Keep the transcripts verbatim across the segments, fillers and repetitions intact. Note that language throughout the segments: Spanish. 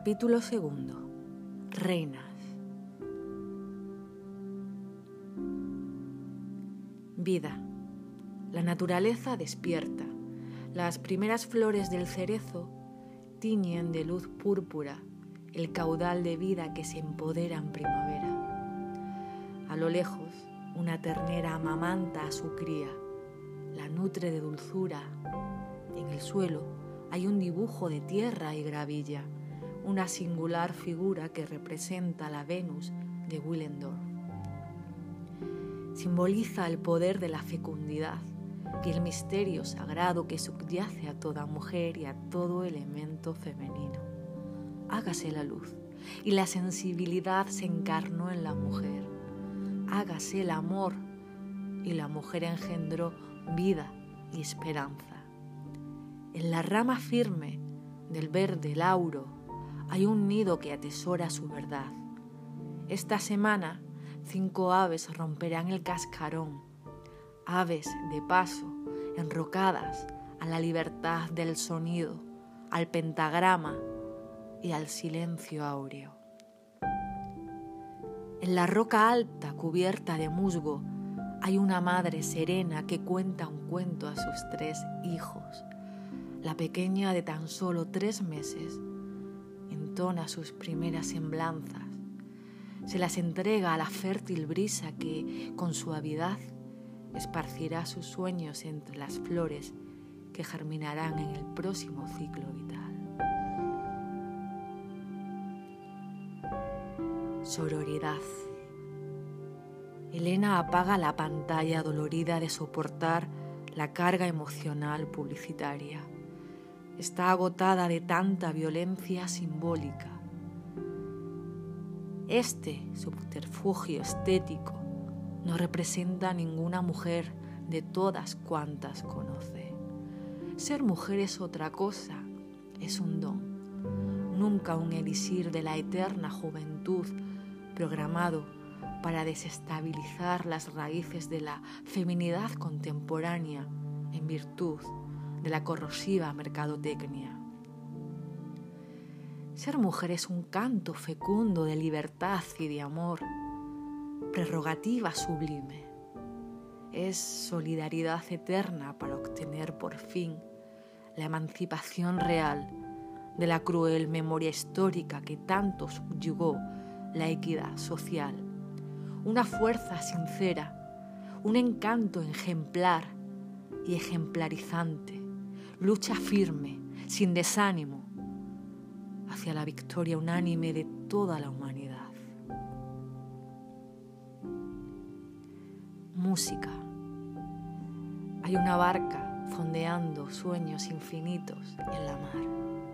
Capítulo segundo. Reinas. Vida. La naturaleza despierta. Las primeras flores del cerezo tiñen de luz púrpura el caudal de vida que se empodera en primavera. A lo lejos, una ternera amamanta a su cría, la nutre de dulzura. En el suelo hay un dibujo de tierra y gravilla, una singular figura que representa la Venus de Willendorf. Simboliza el poder de la fecundidad y el misterio sagrado que subyace a toda mujer y a todo elemento femenino. Hágase la luz, y la sensibilidad se encarnó en la mujer. Hágase el amor, y la mujer engendró vida y esperanza. En la rama firme del verde lauro hay un nido que atesora su verdad. Esta semana, cinco aves romperán el cascarón, aves de paso, enrocadas a la libertad del sonido, al pentagrama y al silencio áureo. En la roca alta cubierta de musgo hay una madre serena que cuenta un cuento a sus tres hijos. La pequeña de tan solo tres meses entona sus primeras semblanzas. Se las entrega a la fértil brisa que, con suavidad, esparcirá sus sueños entre las flores que germinarán en el próximo ciclo vital. Sororidad. Elena apaga la pantalla dolorida de soportar la carga emocional publicitaria. Está agotada de tanta violencia simbólica. Este subterfugio estético no representa a ninguna mujer de todas cuantas conoce. Ser mujer es otra cosa, es un don, nunca un elixir de la eterna juventud programado para desestabilizar las raíces de la feminidad contemporánea en virtud de la corrosiva mercadotecnia. Ser mujer es un canto fecundo de libertad y de amor, prerrogativa sublime. Es solidaridad eterna para obtener por fin la emancipación real de la cruel memoria histórica que tanto subyugó la equidad social. Una fuerza sincera, un encanto ejemplar y ejemplarizante, lucha firme, sin desánimo, hacia la victoria unánime de toda la humanidad. Música. Hay una barca fondeando sueños infinitos en la mar.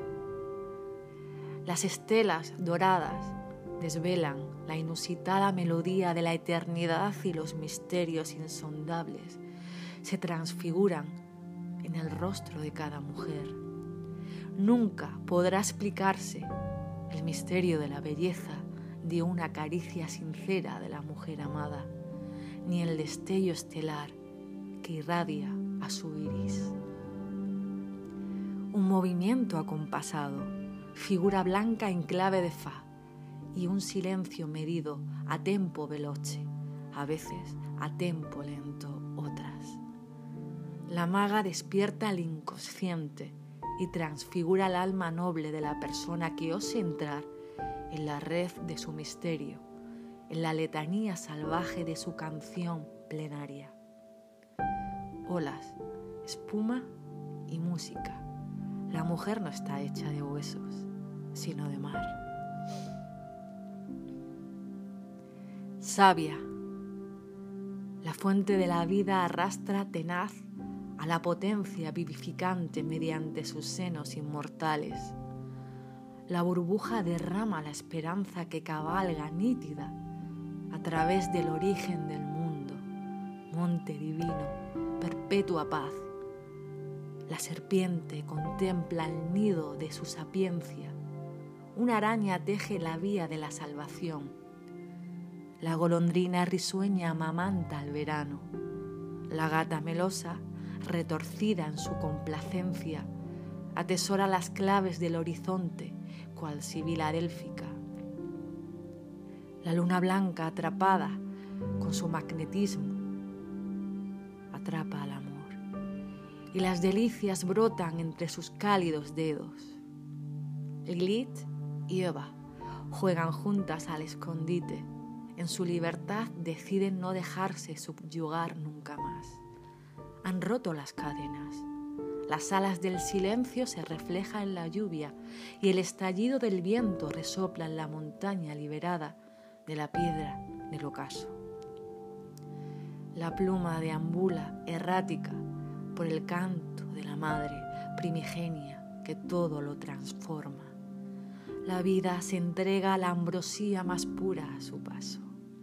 Las estelas doradas desvelan la inusitada melodía de la eternidad y los misterios insondables se transfiguran en el rostro de cada mujer. Nunca podrá explicarse el misterio de la belleza de una caricia sincera de la mujer amada, ni el destello estelar que irradia a su iris. Un movimiento acompasado, figura blanca en clave de fa, y un silencio medido a tempo veloce, a veces a tempo lento otras. La maga despierta al inconsciente y transfigura el alma noble de la persona que ose entrar en la red de su misterio, en la letanía salvaje de su canción plenaria. Olas, espuma y música. La mujer no está hecha de huesos, sino de mar. Savia. La fuente de la vida arrastra tenaz a la potencia vivificante mediante sus senos inmortales. La burbuja derrama la esperanza que cabalga nítida a través del origen del mundo, monte divino, perpetua paz. La serpiente contempla el nido de su sapiencia. Una araña teje la vía de la salvación. La golondrina risueña amamanta al verano. La gata melosa, retorcida en su complacencia, atesora las claves del horizonte, cual sibila délfica. La luna blanca, atrapada con su magnetismo, atrapa al amor, y las delicias brotan entre sus cálidos dedos. Lilith y Eva juegan juntas al escondite. En su libertad deciden no dejarse subyugar nunca más. Han roto las cadenas. Las alas del silencio se reflejan en la lluvia y el estallido del viento resopla en la montaña liberada de la piedra del ocaso. La pluma deambula errática por el canto de la madre primigenia que todo lo transforma. La vida se entrega a la ambrosía más pura a su paso.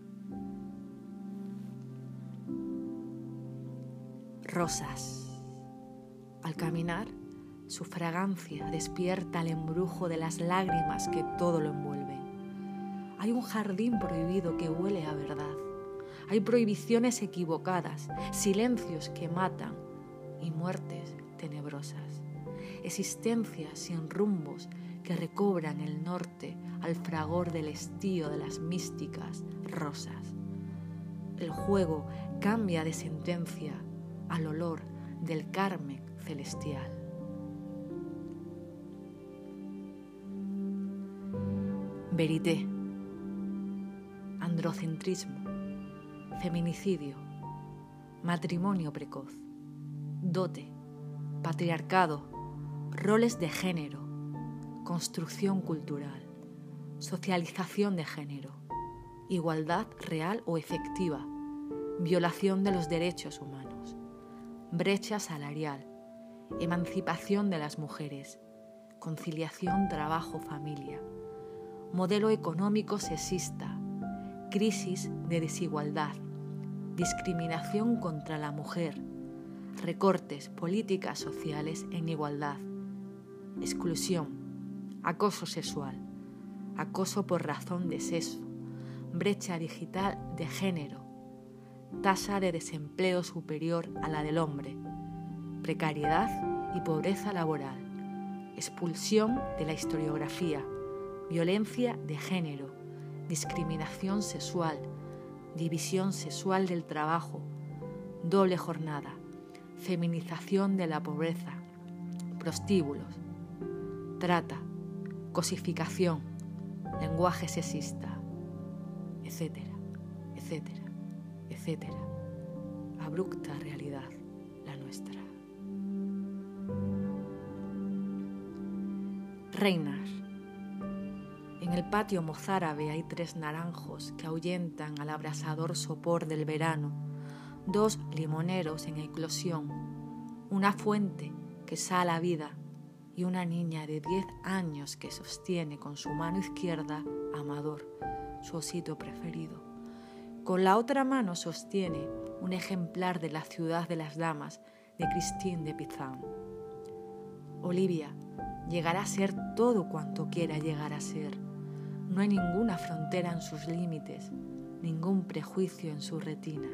Rosas. Al caminar, su fragancia despierta el embrujo de las lágrimas que todo lo envuelven. Hay un jardín prohibido que huele a verdad. Hay prohibiciones equivocadas, silencios que matan y muertes tenebrosas. Existencias sin rumbos que recobran el norte al fragor del estío de las místicas rosas. El juego cambia de sentencia al olor del carmen celestial. Verité, androcentrismo, feminicidio, matrimonio precoz, dote, patriarcado, roles de género, construcción cultural, socialización de género, igualdad real o efectiva, violación de los derechos humanos, brecha salarial, emancipación de las mujeres, conciliación trabajo-familia, modelo económico sexista, crisis de desigualdad, discriminación contra la mujer, recortes, políticas sociales en igualdad, exclusión, acoso sexual, acoso por razón de sexo, brecha digital de género, tasa de desempleo superior a la del hombre, precariedad y pobreza laboral, expulsión de la historiografía, violencia de género, discriminación sexual, división sexual del trabajo, doble jornada, feminización de la pobreza, prostíbulos, trata, cosificación, lenguaje sexista, etcétera, etcétera, etcétera. Abrupta realidad la nuestra. Reinas. En el patio mozárabe hay tres naranjos que ahuyentan al abrasador sopor del verano, dos limoneros en eclosión, una fuente que sala vida y una niña de diez años que sostiene con su mano izquierda a Amador, su osito preferido. Con la otra mano sostiene un ejemplar de La ciudad de las damas de Christine de Pizan. Olivia llegará a ser todo cuanto quiera llegar a ser. No hay ninguna frontera en sus límites, ningún prejuicio en su retina.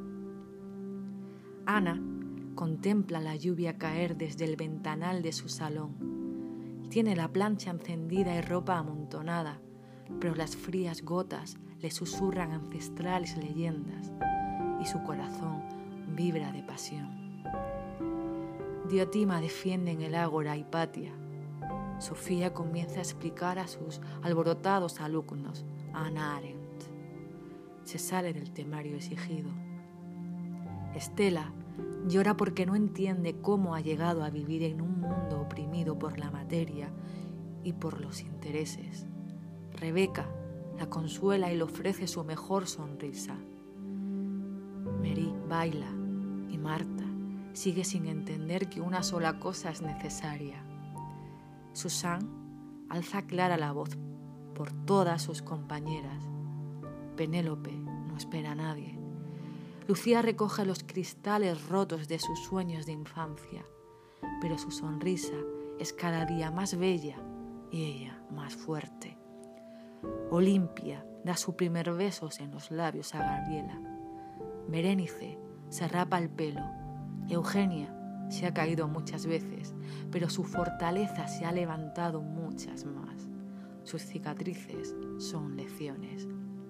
Ana contempla la lluvia caer desde el ventanal de su salón. Tiene la plancha encendida y ropa amontonada, pero las frías gotas le susurran ancestrales leyendas y su corazón vibra de pasión. Diotima defiende en el ágora a Hipatia. Sofía comienza a explicar a sus alborotados alumnos a Hannah Arendt. Se sale del temario exigido. Estela llora porque no entiende cómo ha llegado a vivir en un mundo oprimido por la materia y por los intereses. Rebeca la consuela y le ofrece su mejor sonrisa. Mary baila y Marta sigue sin entender que una sola cosa es necesaria. Susan alza clara la voz por todas sus compañeras. Penélope no espera a nadie. Lucía recoge los cristales rotos de sus sueños de infancia, pero su sonrisa es cada día más bella y ella más fuerte. Olimpia da sus primer besos en los labios a Gabriela. Berenice se rapa el pelo. Eugenia se ha caído muchas veces, pero su fortaleza se ha levantado muchas más. Sus cicatrices son lecciones.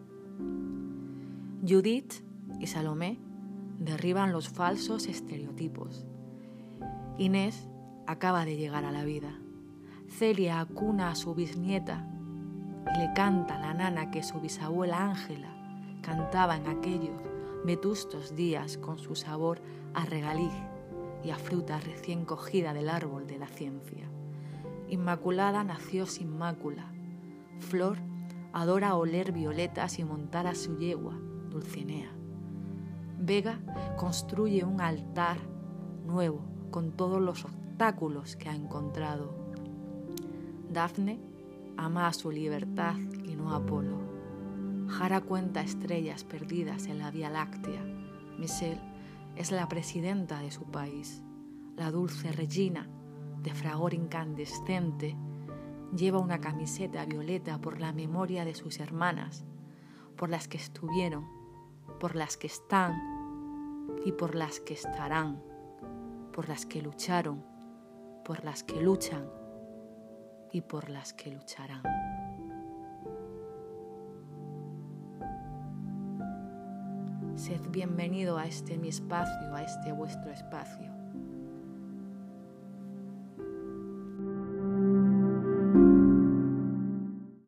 Judith y Salomé derriban los falsos estereotipos. Inés acaba de llegar a la vida. Celia acuna a su bisnieta y le canta la nana que su bisabuela Ángela cantaba en aquellos vetustos días con su sabor a regaliz y a fruta recién cogida del árbol de la ciencia. Inmaculada nació sin mácula. Flor adora oler violetas y montar a su yegua, Dulcinea. Vega construye un altar nuevo con todos los obstáculos que ha encontrado. Dafne ama a su libertad y no a Apolo. Jara cuenta estrellas perdidas en la Vía Láctea. Michelle es la presidenta de su país. La dulce Regina, de fragor incandescente, lleva una camiseta violeta por la memoria de sus hermanas, por las que estuvieron, por las que están y por las que estarán, por las que lucharon, por las que luchan y por las que lucharán. Sed bienvenido a este mi espacio, a este vuestro espacio.